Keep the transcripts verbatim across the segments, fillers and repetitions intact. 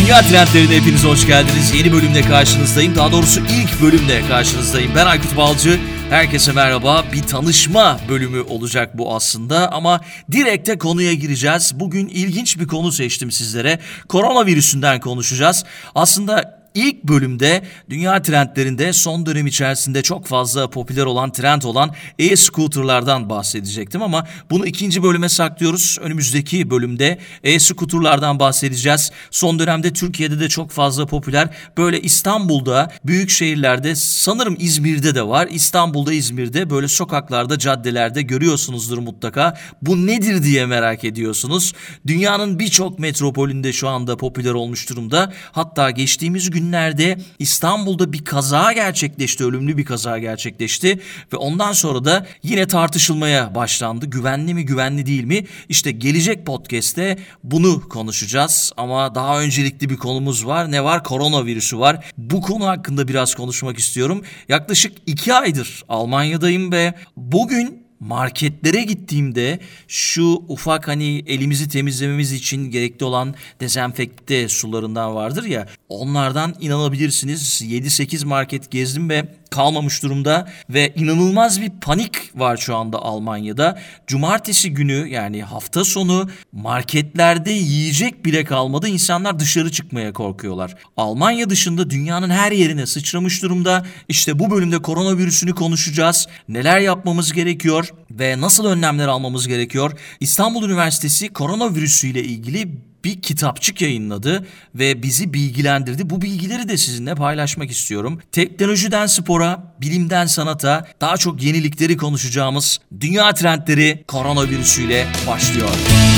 Dünya Trendlerine hepiniz hoş geldiniz. Yeni bölümde karşınızdayım. Daha doğrusu ilk bölümde karşınızdayım. Ben Aykut Balcı. Herkese merhaba. Bir tanışma bölümü olacak bu aslında ama direkte konuya gireceğiz. Bugün ilginç bir konu seçtim sizlere. Koronavirüsünden konuşacağız. Aslında İlk bölümde dünya trendlerinde son dönem içerisinde çok fazla popüler olan, trend olan e-scooterlardan bahsedecektim ama bunu ikinci bölüme saklıyoruz. Önümüzdeki bölümde e-scooterlardan bahsedeceğiz. Son dönemde Türkiye'de de çok fazla popüler. Böyle İstanbul'da, büyük şehirlerde, sanırım İzmir'de de var. İstanbul'da, İzmir'de böyle sokaklarda, caddelerde görüyorsunuzdur mutlaka. Bu nedir diye merak ediyorsunuz. Dünyanın birçok metropolünde şu anda popüler olmuş durumda. Hatta geçtiğimiz gün günlerde İstanbul'da bir kaza gerçekleşti, ölümlü bir kaza gerçekleşti ve ondan sonra da yine tartışılmaya başlandı. Güvenli mi, güvenli değil mi? İşte gelecek podcast'te bunu konuşacağız ama daha öncelikli bir konumuz var. Ne var? Koronavirüsü var. Bu konu hakkında biraz konuşmak istiyorum. Yaklaşık iki aydır Almanya'dayım ve bugün marketlere gittiğimde şu ufak hani elimizi temizlememiz için gerekli olan dezenfekte sularından vardır ya, onlardan inanabilirsiniz yedi sekiz market gezdim ve kalmamış durumda ve inanılmaz bir panik var şu anda Almanya'da. Cumartesi günü yani hafta sonu marketlerde yiyecek bile kalmadı. İnsanlar dışarı çıkmaya korkuyorlar. Almanya dışında dünyanın her yerine sıçramış durumda. İşte bu bölümde koronavirüsünü konuşacağız. Neler yapmamız gerekiyor ve nasıl önlemler almamız gerekiyor? İstanbul Üniversitesi koronavirüsüyle ilgili bir kitapçık yayınladı ve bizi bilgilendirdi. Bu bilgileri de sizinle paylaşmak istiyorum. Teknolojiden spora, bilimden sanata, daha çok yenilikleri konuşacağımız Dünya Trendleri koronavirüsüyle başlıyor.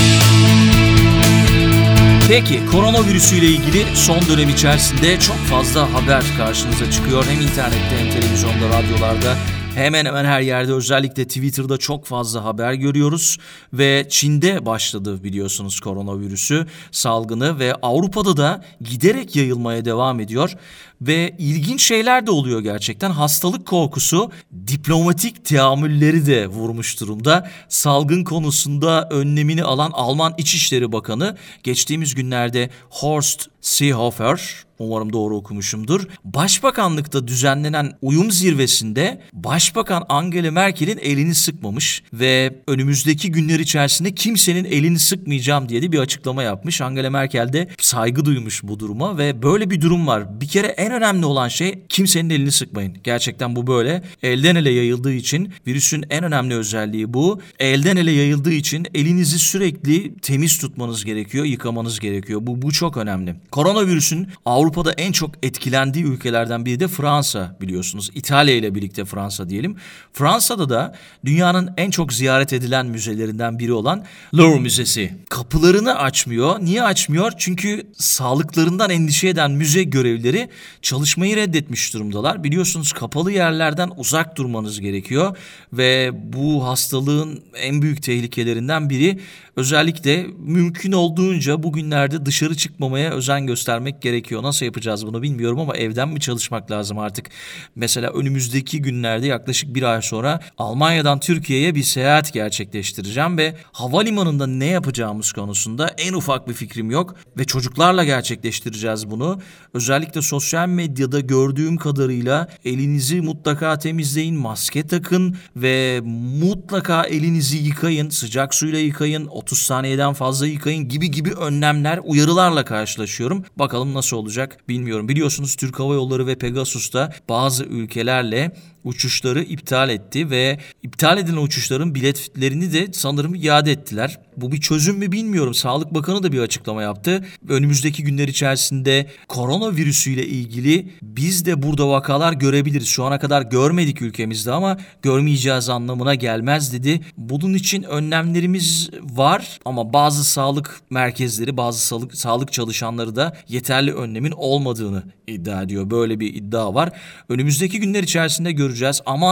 Peki koronavirüsüyle ilgili son dönem içerisinde çok fazla haber karşınıza çıkıyor. Hem internette hem televizyonda, radyolarda. Hemen hemen her yerde, özellikle Twitter'da çok fazla haber görüyoruz ve Çin'de başladı biliyorsunuz koronavirüsü salgını ve Avrupa'da da giderek yayılmaya devam ediyor ve ilginç şeyler de oluyor gerçekten. Hastalık korkusu diplomatik teamülleri de vurmuş durumda. Salgın konusunda önlemini alan Alman İçişleri Bakanı geçtiğimiz günlerde Horst Seehofer, umarım doğru okumuşumdur, Başbakanlıkta düzenlenen uyum zirvesinde Başbakan Angela Merkel'in elini sıkmamış ve önümüzdeki günler içerisinde kimsenin elini sıkmayacağım diye de bir açıklama yapmış. Angela Merkel de saygı duymuş bu duruma ve böyle bir durum var. Bir kere en önemli olan şey kimsenin elini sıkmayın. Gerçekten bu böyle. Elden ele yayıldığı için virüsün en önemli özelliği bu. Elden ele yayıldığı için elinizi sürekli temiz tutmanız gerekiyor, yıkamanız gerekiyor. Bu, bu çok önemli. Koronavirüsün Avrupa'da en çok etkilendiği ülkelerden biri de Fransa biliyorsunuz. İtalya ile birlikte Fransa diyelim. Fransa'da da dünyanın en çok ziyaret edilen müzelerinden biri olan Louvre Müzesi kapılarını açmıyor. Niye açmıyor? Çünkü sağlıklarından endişe eden müze görevlileri çalışmayı reddetmiş durumdalar. Biliyorsunuz kapalı yerlerden uzak durmanız gerekiyor ve bu hastalığın en büyük tehlikelerinden biri. Özellikle mümkün olduğunca bugünlerde dışarı çıkmamaya özen göstermek gerekiyor. Nasıl yapacağız bunu bilmiyorum ama evden mi çalışmak lazım artık? Mesela önümüzdeki günlerde yaklaşık bir ay sonra Almanya'dan Türkiye'ye bir seyahat gerçekleştireceğim ve havalimanında ne yapacağımız konusunda en ufak bir fikrim yok ve çocuklarla gerçekleştireceğiz bunu. Özellikle sosyal medyada gördüğüm kadarıyla elinizi mutlaka temizleyin, maske takın ve mutlaka elinizi yıkayın, sıcak suyla yıkayın, otuz saniyeden fazla yıkayın gibi gibi önlemler, uyarılarla karşılaşıyorum. Bakalım nasıl olacak bilmiyorum. Biliyorsunuz Türk Hava Yolları ve Pegasus da bazı ülkelerle uçuşları iptal etti ve iptal edilen uçuşların biletlerini de sanırım iade ettiler. Bu bir çözüm mü bilmiyorum. Sağlık Bakanı da bir açıklama yaptı. Önümüzdeki günler içerisinde koronavirüsüyle ilgili biz de burada vakalar görebiliriz. Şu ana kadar görmedik ülkemizde ama görmeyeceğiz anlamına gelmez dedi. Bunun için önlemlerimiz var ama bazı sağlık merkezleri, bazı sağlık, sağlık çalışanları da yeterli önlemin olmadığını iddia ediyor. Böyle bir iddia var. Önümüzdeki günler içerisinde göreceğiz. Aman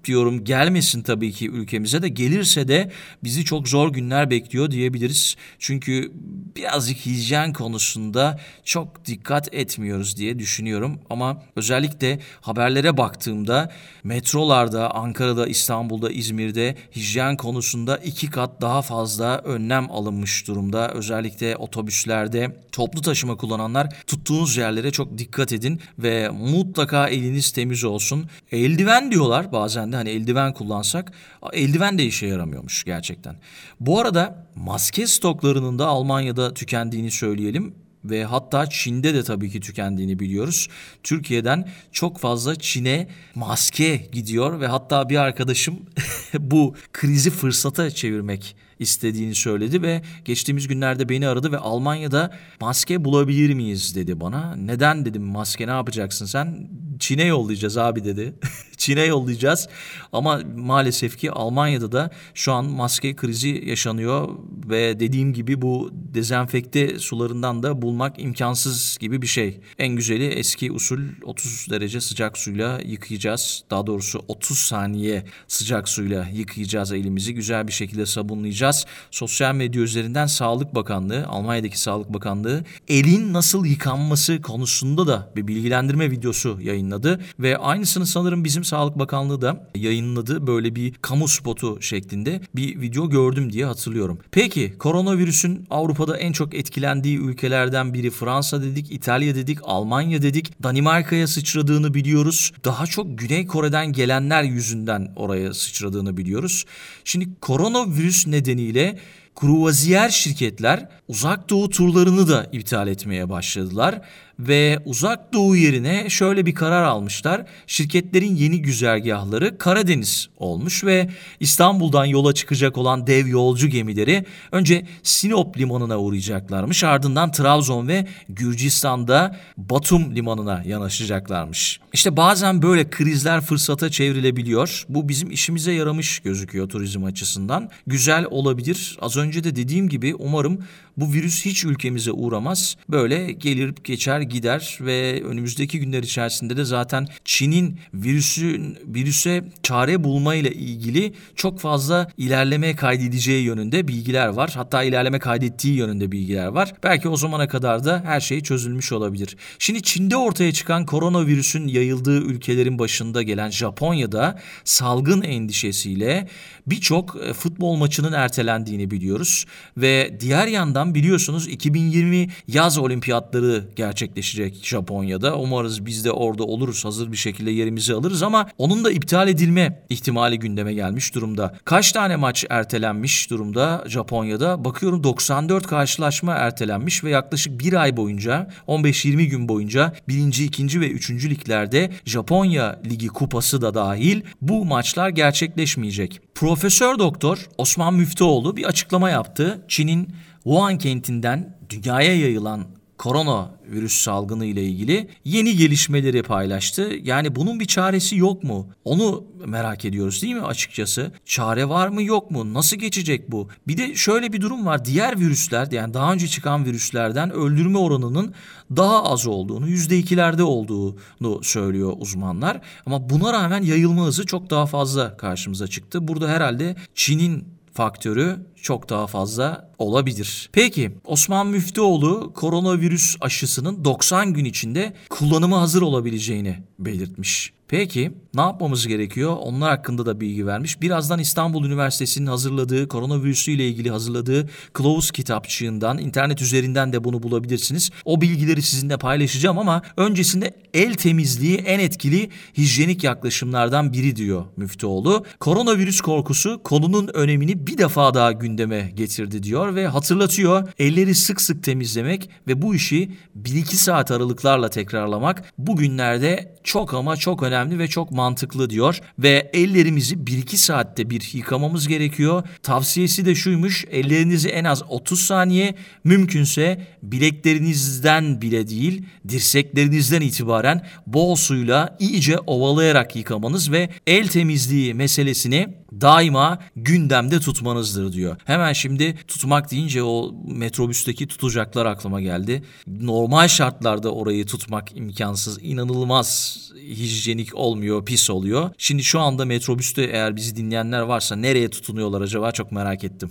diyorum, gelmesin tabii ki ülkemize de, gelirse de bizi çok zor günler bekliyor diyebiliriz. Çünkü birazcık hijyen konusunda çok dikkat etmiyoruz diye düşünüyorum. Ama özellikle haberlere baktığımda metrolarda, Ankara'da, İstanbul'da, İzmir'de hijyen konusunda iki kat daha fazla önlem alınmış durumda. Özellikle otobüslerde toplu taşıma kullananlar, tuttuğunuz yerlere çok dikkat edin ve mutlaka eliniz temiz olsun. Eldiven diyorlar bazen de, hani eldiven kullansak, eldiven de işe yaramıyormuş gerçekten. Bu arada maske stoklarının da Almanya'da tükendiğini söyleyelim. Ve hatta Çin'de de tabii ki tükendiğini biliyoruz. Türkiye'den çok fazla Çin'e maske gidiyor ve hatta bir arkadaşım bu krizi fırsata çevirmek istediğini söyledi ve geçtiğimiz günlerde beni aradı ve Almanya'da maske bulabilir miyiz dedi bana. Neden dedim, maske ne yapacaksın sen? Çin'e yollayacağız abi dedi. Çin'e yollayacağız ama maalesef ki Almanya'da da şu an maske krizi yaşanıyor ve dediğim gibi bu dezenfekte sularından da bulmak imkansız gibi bir şey. En güzeli eski usul otuz derece sıcak suyla yıkayacağız. Daha doğrusu otuz saniye sıcak suyla yıkayacağız elimizi. Güzel bir şekilde sabunlayacağız. Sosyal medya üzerinden Sağlık Bakanlığı, Almanya'daki Sağlık Bakanlığı elin nasıl yıkanması konusunda da bir bilgilendirme videosu yayınladı ve aynısını sanırım bizim Sağlık Bakanlığı da yayınladı. Böyle bir kamu spotu şeklinde bir video gördüm diye hatırlıyorum. Peki koronavirüsün Avrupa'da en çok etkilendiği ülkelerden biri Fransa dedik, İtalya dedik, Almanya dedik. Danimarka'ya sıçradığını biliyoruz. Daha çok Güney Kore'den gelenler yüzünden oraya sıçradığını biliyoruz. Şimdi koronavirüs nedeniyle kruvaziyer şirketler Uzak Doğu turlarını da iptal etmeye başladılar ve Uzak Doğu yerine şöyle bir karar almışlar. Şirketlerin yeni güzergahları Karadeniz olmuş ve İstanbul'dan yola çıkacak olan dev yolcu gemileri önce Sinop limanına uğrayacaklarmış. Ardından Trabzon ve Gürcistan'da Batum limanına yanaşacaklarmış. İşte bazen böyle krizler fırsata çevrilebiliyor. Bu bizim işimize yaramış gözüküyor turizm açısından. Güzel olabilir. Az önce de dediğim gibi umarım bu virüs hiç ülkemize uğramaz. Böyle gelip geçer gider ve önümüzdeki günler içerisinde de zaten Çin'in virüsün virüse çare bulma ile ilgili çok fazla ilerleme kaydedeceği yönünde bilgiler var. Hatta ilerleme kaydettiği yönünde bilgiler var. Belki o zamana kadar da her şey çözülmüş olabilir. Şimdi Çin'de ortaya çıkan koronavirüsün yayıldığı ülkelerin başında gelen Japonya'da salgın endişesiyle birçok futbol maçının ertelendiğini biliyoruz. Ve diğer yandan biliyorsunuz iki bin yirmi yaz olimpiyatları gerçekleşecek Japonya'da. Umarız biz de orada oluruz, hazır bir şekilde yerimizi alırız ama onun da iptal edilme ihtimali gündeme gelmiş durumda. Kaç tane maç ertelenmiş durumda Japonya'da? Bakıyorum doksan dört karşılaşma ertelenmiş ve yaklaşık bir ay boyunca, on beş yirmi gün boyunca birinci, ikinci ve üçüncü liglerde Japonya Ligi kupası da dahil bu maçlar gerçekleşmeyecek. Profesör Doktor Osman Müftüoğlu bir açıklama yaptı. Çin'in Wuhan kentinden dünyaya yayılan koronavirüs salgını ile ilgili yeni gelişmeleri paylaştı. Yani bunun bir çaresi yok mu? Onu merak ediyoruz değil mi açıkçası? Çare var mı yok mu? Nasıl geçecek bu? Bir de şöyle bir durum var. Diğer virüsler, yani daha önce çıkan virüslerden öldürme oranının daha az olduğunu, yüzde ikilerde olduğunu söylüyor uzmanlar. Ama buna rağmen yayılma hızı çok daha fazla karşımıza çıktı. Burada herhalde Çin'in faktörü çok daha fazla olabilir. Peki Osman Müftüoğlu koronavirüs aşısının doksan gün içinde kullanıma hazır olabileceğini belirtmiş. Peki ne yapmamız gerekiyor? Onlar hakkında da bilgi vermiş. Birazdan İstanbul Üniversitesi'nin hazırladığı, koronavirüsü ile ilgili hazırladığı Kılavuz kitapçığından, internet üzerinden de bunu bulabilirsiniz. O bilgileri sizinle paylaşacağım ama öncesinde el temizliği en etkili hijyenik yaklaşımlardan biri diyor Müftüoğlu. Koronavirüs korkusu konunun önemini bir defa daha gündeme getirdi diyor ve hatırlatıyor. Elleri sık sık temizlemek ve bu işi bir iki saat aralıklarla tekrarlamak bugünlerde çok ama çok önemli ve çok mantıklı diyor ve ellerimizi bir iki saatte bir yıkamamız gerekiyor. Tavsiyesi de şuymuş: ellerinizi en az otuz saniye, mümkünse bileklerinizden bile değil, dirseklerinizden itibaren bol suyla iyice ovalayarak yıkamanız ve el temizliği meselesini daima gündemde tutmanızdır diyor. Hemen şimdi tutmak deyince o metrobüsteki tutacaklar aklıma geldi. Normal şartlarda orayı tutmak imkansız, inanılmaz hijyenik olmuyor, pis oluyor. Şimdi şu anda metrobüste eğer bizi dinleyenler varsa nereye tutunuyorlar acaba, çok merak ettim.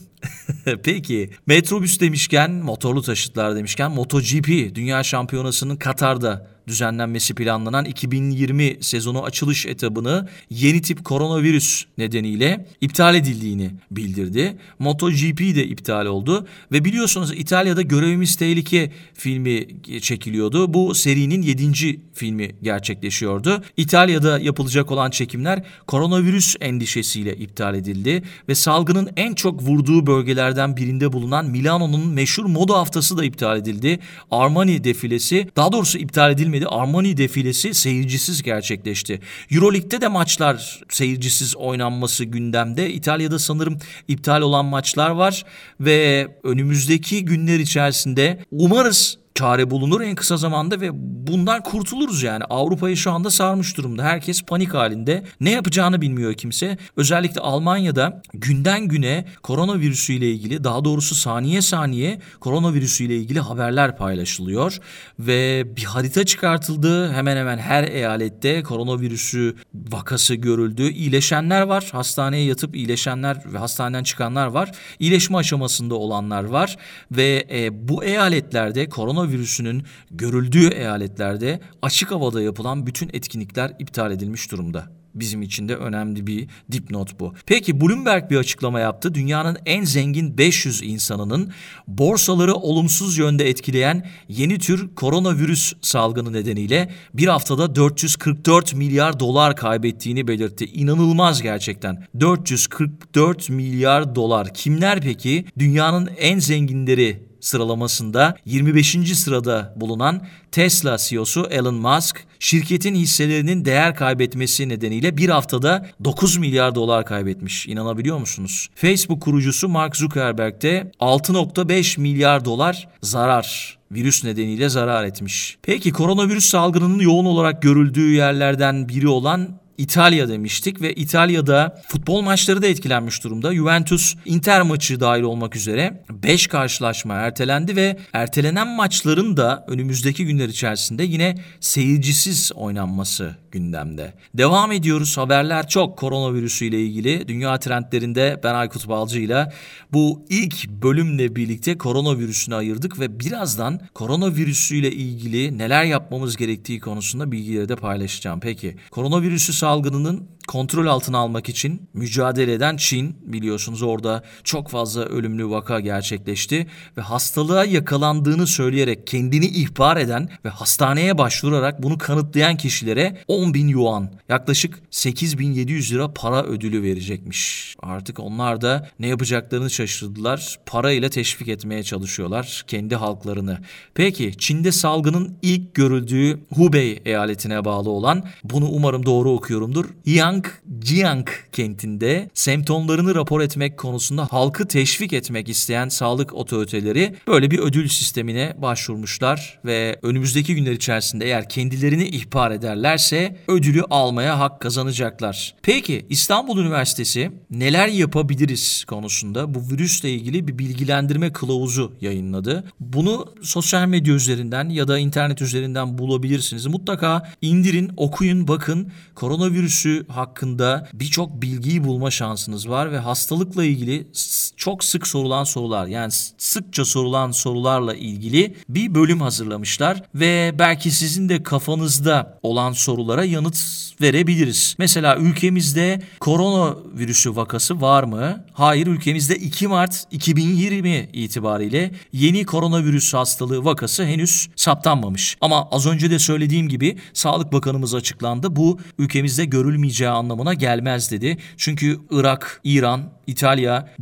Peki metrobüs demişken, motorlu taşıtlar demişken, MotoGP Dünya Şampiyonası'nın Katar'da düzenlenmesi planlanan iki bin yirmi sezonu açılış etabını yeni tip koronavirüs nedeniyle iptal edildiğini bildirdi. MotoGP de iptal oldu ve biliyorsunuz İtalya'da Görevimiz Tehlike filmi çekiliyordu. Bu serinin yedinci filmi gerçekleşiyordu. İtalya'da yapılacak olan çekimler koronavirüs endişesiyle iptal edildi ve salgının en çok vurduğu bölgelerden birinde bulunan Milano'nun meşhur moda haftası da iptal edildi. Armani defilesi, daha doğrusu iptal edilmedi. Armani defilesi seyircisiz gerçekleşti. Euroleague'de de maçlar seyircisiz oynanması gündemde. İtalya'da sanırım iptal olan maçlar var ve önümüzdeki günler içerisinde umarız çare bulunur en kısa zamanda ve bundan kurtuluruz yani. Avrupa'yı şu anda sarmış durumda. Herkes panik halinde. Ne yapacağını bilmiyor kimse. Özellikle Almanya'da günden güne koronavirüsüyle ilgili, daha doğrusu saniye saniye koronavirüsüyle ilgili haberler paylaşılıyor. Ve bir harita çıkartıldı. Hemen hemen her eyalette koronavirüsü vakası görüldü. İyileşenler var. Hastaneye yatıp iyileşenler ve hastaneden çıkanlar var. İyileşme aşamasında olanlar var. Ve e, bu eyaletlerde korona virüsünün görüldüğü eyaletlerde açık havada yapılan bütün etkinlikler iptal edilmiş durumda. Bizim için de önemli bir dipnot bu. Peki Bloomberg bir açıklama yaptı. Dünyanın en zengin beş yüz insanının borsaları olumsuz yönde etkileyen yeni tür koronavirüs salgını nedeniyle bir haftada dört yüz kırk dört milyar dolar kaybettiğini belirtti. İnanılmaz gerçekten. dört yüz kırk dört milyar dolar. Kimler peki? Dünyanın en zenginleri sıralamasında yirmi beşinci sırada bulunan Tesla C E O'su Elon Musk, şirketin hisselerinin değer kaybetmesi nedeniyle bir haftada dokuz milyar dolar kaybetmiş. İnanabiliyor musunuz? Facebook kurucusu Mark Zuckerberg de altı virgül beş milyar dolar zarar, virüs nedeniyle zarar etmiş. Peki koronavirüs salgınının yoğun olarak görüldüğü yerlerden biri olan İtalya demiştik ve İtalya'da futbol maçları da etkilenmiş durumda. Juventus Inter maçı dahil olmak üzere beş karşılaşma ertelendi ve ertelenen maçların da önümüzdeki günler içerisinde yine seyircisiz oynanması gündemde. Devam ediyoruz. Haberler çok koronavirüsüyle ilgili. Dünya trendlerinde ben Aykut Balcı ile bu ilk bölümle birlikte koronavirüsünü ayırdık ve birazdan koronavirüsüyle ilgili neler yapmamız gerektiği konusunda bilgileri de paylaşacağım. Peki koronavirüsü salgınının kontrol altına almak için mücadele eden Çin, biliyorsunuz orada çok fazla ölümlü vaka gerçekleşti ve hastalığa yakalandığını söyleyerek kendini ihbar eden ve hastaneye başvurarak bunu kanıtlayan kişilere on bin yuan, yaklaşık sekiz bin yedi yüz lira para ödülü verecekmiş. Artık onlar da ne yapacaklarını şaşırdılar. Parayla teşvik etmeye çalışıyorlar kendi halklarını. Peki Çin'de salgının ilk görüldüğü Hubei eyaletine bağlı olan, bunu umarım doğru okuyorumdur, Yangjiang kentinde semptomlarını rapor etmek konusunda halkı teşvik etmek isteyen sağlık otoriteleri böyle bir ödül sistemine başvurmuşlar ve önümüzdeki günler içerisinde eğer kendilerini ihbar ederlerse ödülü almaya hak kazanacaklar. Peki İstanbul Üniversitesi neler yapabiliriz konusunda bu virüsle ilgili bir bilgilendirme kılavuzu yayınladı. Bunu sosyal medya üzerinden ya da internet üzerinden bulabilirsiniz. Mutlaka indirin, okuyun, bakın. Koronavirüsü hakkında birçok bilgiyi bulma şansınız var ve hastalıkla ilgili çok sık sorulan sorular, yani sıkça sorulan sorularla ilgili bir bölüm hazırlamışlar ve belki sizin de kafanızda olan sorulara yanıt verebiliriz. Mesela ülkemizde koronavirüsü vakası var mı? Hayır, ülkemizde iki Mart iki bin yirmi itibariyle yeni koronavirüs hastalığı vakası henüz saptanmamış. Ama az önce de söylediğim gibi Sağlık Bakanımız açıklandı. Bu ülkemizde görülmeyeceği anlamına gelmez dedi. Çünkü Irak, İran, İtalya buralarla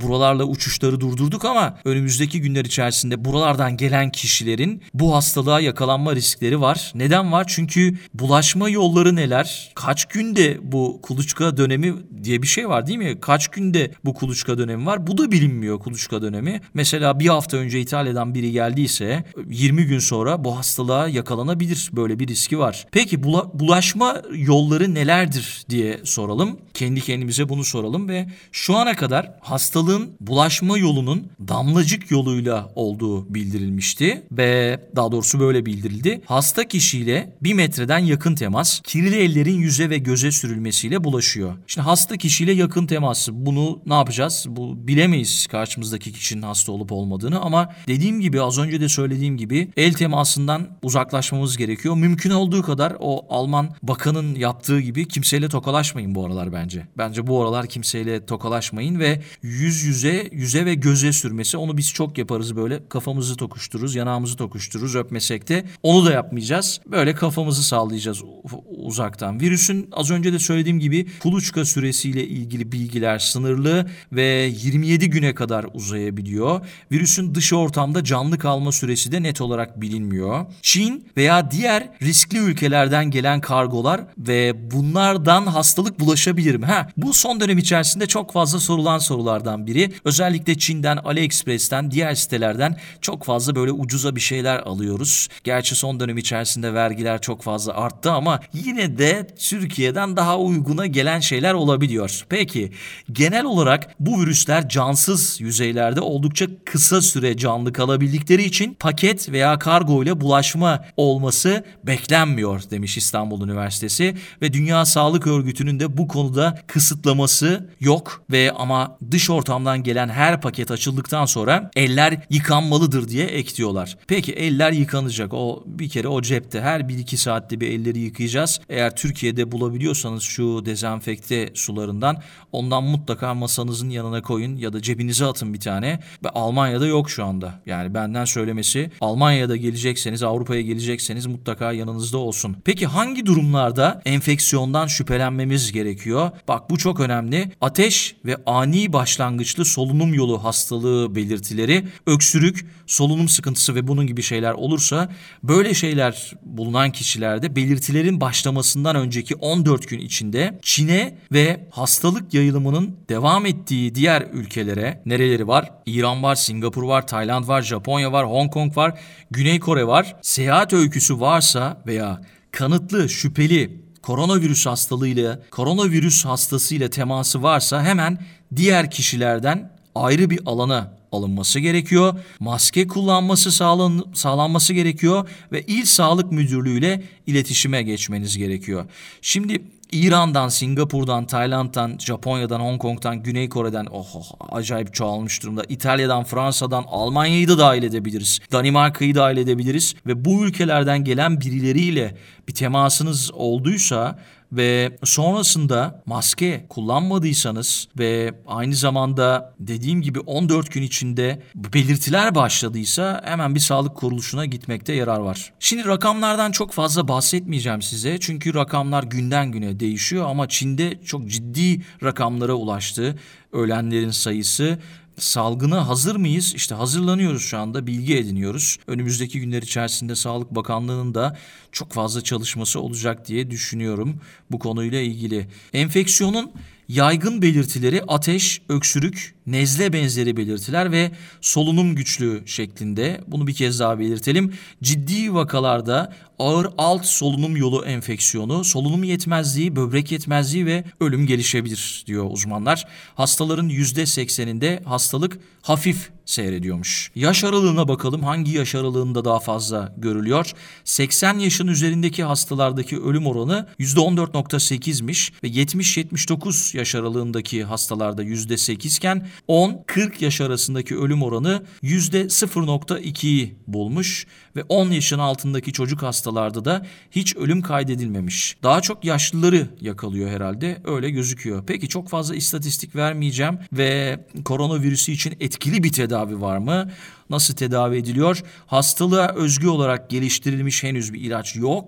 uçaklarla uçuşları durdurduk ama önümüzdeki günler içerisinde buralardan gelen kişilerin bu hastalığa yakalanma riskleri var. Neden var? Çünkü bulaşma yolları neler? Kaç günde bu kuluçka dönemi diye bir şey var değil mi? Kaç günde bu kuluçka dönemi var? Bu da bilinmiyor, kuluçka dönemi. Mesela bir hafta önce İtalya'dan biri geldiyse yirmi gün sonra bu hastalığa yakalanabilir. Böyle bir riski var. Peki bula- bulaşma yolları nelerdir diye soralım. Kendi kendimize bunu soralım ve şu ana kadar hastalığın bulaşma yolunun damlacık yoluyla olduğu bildirilmişti ve daha doğrusu böyle bildirildi. Hasta kişiyle bir metreden yakın temas, kirli ellerin yüze ve göze sürülmesiyle bulaşıyor. Şimdi hasta kişiyle yakın teması, bunu ne yapacağız? Bu bilemeyiz karşımızdaki kişinin hasta olup olmadığını ama dediğim gibi, az önce de söylediğim gibi el temasından uzaklaşmamız gerekiyor. Mümkün olduğu kadar o Alman bakanın yaptığı gibi kimseyle tokalaşmayın bu aralar bence. Bence bu aralar kimseyle tokalaşmayın ve yüz yüze, yüze ve göze sürmesi, onu biz çok yaparız böyle. Kafamızı tokuştururuz, yanağımızı tokuştururuz öpmesek de. Onu da yapmayacağız. Böyle kafamızı sallayacağız uzaktan. Virüsün az önce de söylediğim gibi kuluçka süresiyle ilgili bilgiler sınırlı ve yirmi yedi güne kadar uzayabiliyor. Virüsün dış ortamda canlı kalma süresi de net olarak bilinmiyor. Çin veya diğer riskli ülkelerden gelen kargolar ve bunlardan hastalık bulaşabilir mi? Ha, bu son dönem içerisinde çok fazla sorulan sorulardan biri. Özellikle Çin'den, AliExpress'ten, diğer sitelerden çok fazla böyle ucuza bir şeyler alıyoruz. Gerçi son dönem içerisinde vergiler çok fazla arttı ama yine de Türkiye'den daha uyguna gelen şeyler olabiliyor. Peki, genel olarak bu virüsler cansız yüzeylerde oldukça kısa süre canlı kalabildikleri için paket veya kargo ile bulaşma olması beklenmiyor demiş İstanbul Üniversitesi ve Dünya Sağlık Örgütü'nün de bu konuda kısıtlaması yok ve ama dış ortamdan gelen her paket açıldıktan sonra eller yıkanmalıdır diye ekliyorlar. Peki eller yıkanacak. O bir kere o cepte, her bir iki saatte bir elleri yıkayacağız. Eğer Türkiye'de bulabiliyorsanız şu dezenfekte sularından, ondan mutlaka masanızın yanına koyun ya da cebinize atın bir tane. Ve Almanya'da yok şu anda. Yani benden söylemesi, Almanya'da gelecekseniz, Avrupa'ya gelecekseniz mutlaka yanınızda olsun. Peki hangi durumlarda enfeksiyondan şüphelenmemiz gerekiyor? Bak, bu çok önemli. Ateş ve ani başlangıçlı solunum yolu hastalığı belirtileri, öksürük, solunum sıkıntısı ve bunun gibi şeyler olursa, böyle şeyler bulunan kişilerde belirtilerin başlamasından önceki on dört gün içinde Çin'e ve hastalık yayılımının devam ettiği diğer ülkelere, nereleri var? İran var, Singapur var, Tayland var, Japonya var, Hong Kong var, Güney Kore var. Seyahat öyküsü varsa veya kanıtlı, şüpheli koronavirüs hastalığıyla, koronavirüs hastasıyla teması varsa hemen diğer kişilerden ayrı bir alana alınması gerekiyor. Maske kullanması sağlan, sağlanması gerekiyor ve İl Sağlık Müdürlüğü ile iletişime geçmeniz gerekiyor. Şimdi İran'dan, Singapur'dan, Tayland'dan, Japonya'dan, Hong Kong'dan, Güney Kore'den oh, oh acayip çoğalmış durumda. İtalya'dan, Fransa'dan, Almanya'yı da dahil edebiliriz. Danimarka'yı dahil edebiliriz ve bu ülkelerden gelen birileriyle bir temasınız olduysa ve sonrasında maske kullanmadıysanız ve aynı zamanda dediğim gibi on dört gün içinde belirtiler başladıysa hemen bir sağlık kuruluşuna gitmekte yarar var. Şimdi rakamlardan çok fazla bahsetmeyeceğim size çünkü rakamlar günden güne değişiyor ama Çin'de çok ciddi rakamlara ulaştı ölenlerin sayısı. Salgına hazır mıyız? İşte hazırlanıyoruz şu anda, bilgi ediniyoruz. Önümüzdeki günler içerisinde Sağlık Bakanlığı'nın da çok fazla çalışması olacak diye düşünüyorum bu konuyla ilgili. Enfeksiyonun yaygın belirtileri ateş, öksürük, nezle benzeri belirtiler ve solunum güçlüğü şeklinde. Bunu bir kez daha belirtelim. Ciddi vakalarda ağır alt solunum yolu enfeksiyonu, solunum yetmezliği, böbrek yetmezliği ve ölüm gelişebilir diyor uzmanlar. Hastaların yüzde sekseninde hastalık hafif seyrediyormuş. Yaş aralığına bakalım, hangi yaş aralığında daha fazla görülüyor? seksen yaşın üzerindeki hastalardaki ölüm oranı yüzde on dört virgül sekizmiş ve yetmiş yetmiş dokuz yaş aralığındaki hastalarda yüzde sekiz iken on kırk yaş arasındaki ölüm oranı yüzde sıfır virgül ikiyi bulmuş ve on yaşın altındaki çocuk hastalarda da hiç ölüm kaydedilmemiş. Daha çok yaşlıları yakalıyor herhalde, öyle gözüküyor. Peki çok fazla istatistik vermeyeceğim ve koronavirüsü için etkili bir tedavi var mı? Nasıl tedavi ediliyor? Hastalığa özgü olarak geliştirilmiş henüz bir ilaç yok.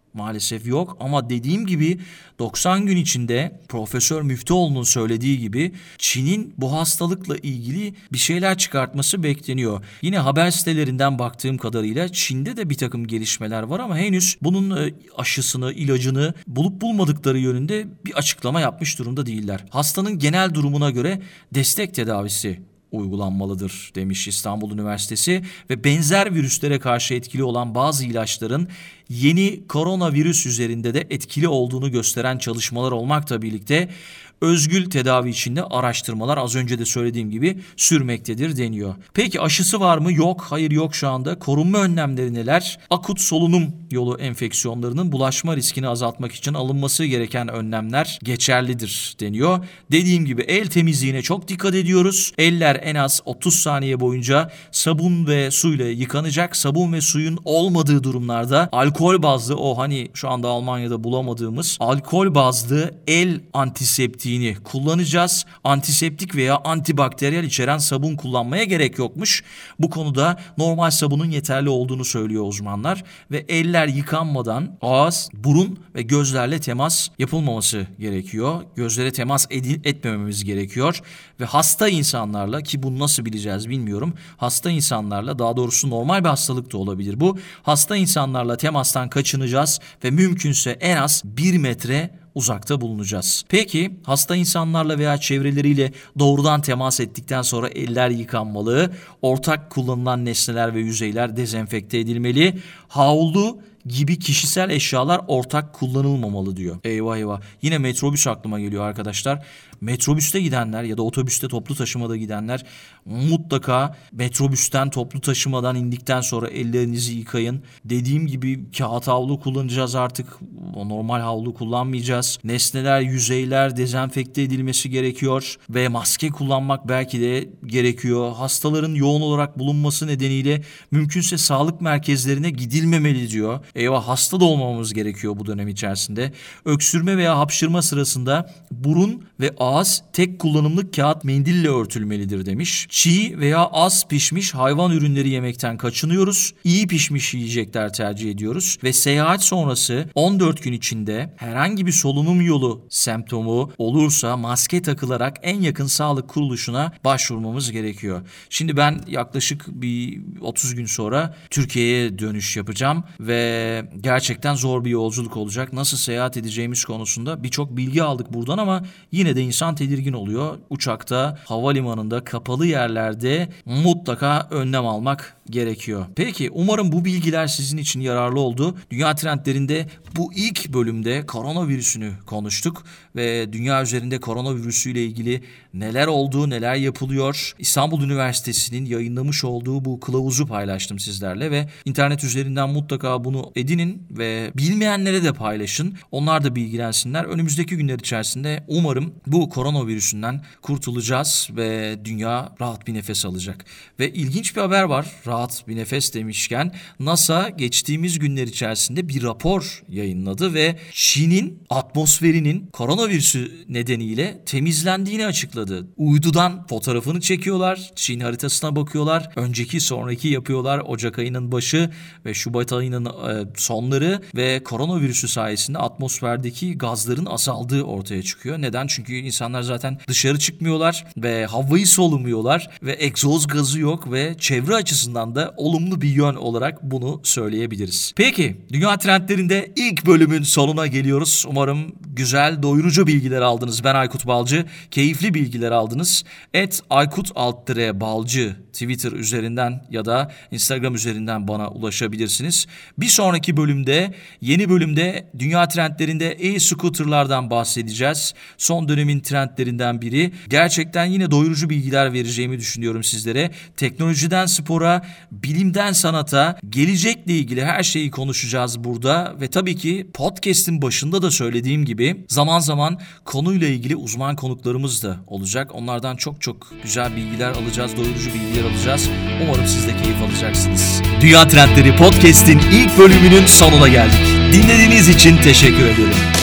maalesef yok ama dediğim gibi doksan gün içinde Profesör Müftüoğlu'nun söylediği gibi Çin'in bu hastalıkla ilgili bir şeyler çıkartması bekleniyor. Yine haber sitelerinden baktığım kadarıyla Çin'de de bir takım gelişmeler var ama henüz bunun aşısını, ilacını bulup bulmadıkları yönünde bir açıklama yapmış durumda değiller. Hastanın genel durumuna göre destek tedavisi uygulanmalıdır demiş İstanbul Üniversitesi ve benzer virüslere karşı etkili olan bazı ilaçların yeni koronavirüs üzerinde de etkili olduğunu gösteren çalışmalar olmakla birlikte özgül tedavi içinde araştırmalar az önce de söylediğim gibi sürmektedir deniyor. Peki aşısı var mı? Yok. Hayır yok şu anda. Korunma önlemleri neler? Akut solunum yolu enfeksiyonlarının bulaşma riskini azaltmak için alınması gereken önlemler geçerlidir deniyor. Dediğim gibi el temizliğine çok dikkat ediyoruz. Eller en az otuz saniye boyunca sabun ve suyla yıkanacak. Sabun ve suyun olmadığı durumlarda alkol bazlı o hani şu anda Almanya'da bulamadığımız alkol bazlı el antiseptiği kullanacağız. Antiseptik veya antibakteriyel içeren sabun kullanmaya gerek yokmuş. Bu konuda normal sabunun yeterli olduğunu söylüyor uzmanlar ve eller yıkanmadan ağız, burun ve gözlerle temas yapılmaması gerekiyor. Gözlere temas ed- etmememiz gerekiyor ve hasta insanlarla, ki bunu nasıl bileceğiz bilmiyorum. Hasta insanlarla, daha doğrusu normal bir hastalık da olabilir bu. Hasta insanlarla temastan kaçınacağız ve mümkünse en az bir metre uzakta bulunacağız. Peki hasta insanlarla veya çevreleriyle doğrudan temas ettikten sonra eller yıkanmalı, ortak kullanılan nesneler ve yüzeyler dezenfekte edilmeli, havlu gibi kişisel eşyalar ortak kullanılmamalı diyor. Eyvah eyvah. Yine metrobüs aklıma geliyor arkadaşlar. Metrobüste gidenler ya da otobüste toplu taşımada gidenler mutlaka metrobüsten toplu taşımadan indikten sonra ellerinizi yıkayın. Dediğim gibi kağıt havlu kullanacağız artık. Normal havlu kullanmayacağız. Nesneler, yüzeyler dezenfekte edilmesi gerekiyor ve maske kullanmak belki de gerekiyor. Hastaların yoğun olarak bulunması nedeniyle mümkünse sağlık merkezlerine gidilmemeli diyor. Eyvah, hasta da olmamamız gerekiyor bu dönem içerisinde. Öksürme veya hapşırma sırasında burun ve ağız tek kullanımlık kağıt mendille örtülmelidir demiş. Çiğ veya az pişmiş hayvan ürünleri yemekten kaçınıyoruz. İyi pişmiş yiyecekler tercih ediyoruz ve seyahat sonrası on dört gün içinde herhangi bir solunum yolu semptomu olursa maske takılarak en yakın sağlık kuruluşuna başvurmamız gerekiyor. Şimdi ben yaklaşık bir otuz gün sonra Türkiye'ye dönüş yapacağım ve gerçekten zor bir yolculuk olacak. Nasıl seyahat edeceğimiz konusunda birçok bilgi aldık buradan ama yine de insan tedirgin oluyor. Uçakta, havalimanında, kapalı yerlerde mutlaka önlem almak gerekiyor. Peki umarım bu bilgiler sizin için yararlı oldu. Dünya Trendlerinde bu ilk bölümde koronavirüsünü konuştuk ve dünya üzerinde koronavirüsüyle ilgili neler oldu, neler yapılıyor. İstanbul Üniversitesi'nin yayınlamış olduğu bu kılavuzu paylaştım sizlerle ve internet üzerinden mutlaka bunu edinin ve bilmeyenlere de paylaşın. Onlar da bilgilensinler. Önümüzdeki günler içerisinde umarım bu koronavirüsünden kurtulacağız ve dünya rahat bir nefes alacak. Ve ilginç bir haber var. Rahat bir nefes demişken NASA geçtiğimiz günler içerisinde bir rapor yayınladı ve Çin'in atmosferinin koronavirüsü nedeniyle temizlendiğini açıkladı. Uydudan fotoğrafını çekiyorlar, Çin haritasına bakıyorlar, önceki sonraki yapıyorlar, Ocak ayının başı ve Şubat ayının e, sonları ve koronavirüsü sayesinde atmosferdeki gazların azaldığı ortaya çıkıyor. Neden? Çünkü insanlar zaten dışarı çıkmıyorlar ve havayı solumuyorlar ve egzoz gazı yok ve çevre açısından da olumlu bir yön olarak bunu söyleyebiliriz. Peki, Dünya Trendlerinde ilk bölümün sonuna geliyoruz. Umarım güzel, doyurucu bilgiler aldınız. Ben Aykut Balcı. Keyifli bilgiler aldınız. et aykut alttire balcı Twitter üzerinden ya da Instagram üzerinden bana ulaşabilirsiniz. Bir sonraki bölümde, yeni bölümde Dünya Trendlerinde e-scooterlardan bahsedeceğiz. Son dönemin trendlerinden biri. Gerçekten yine doyurucu bilgiler vereceğimi düşünüyorum sizlere. Teknolojiden spora, bilimden sanata, gelecekle ilgili her şeyi konuşacağız burada ve tabii ki podcast'in başında da söylediğim gibi zaman zaman konuyla ilgili uzman konuklarımız da olacak. Onlardan çok çok güzel bilgiler alacağız, doyurucu bilgiler alacağız. Umarım siz de keyif alacaksınız. Dünya Trendleri Podcast'in ilk bölümünün sonuna geldik. Dinlediğiniz için teşekkür ederim.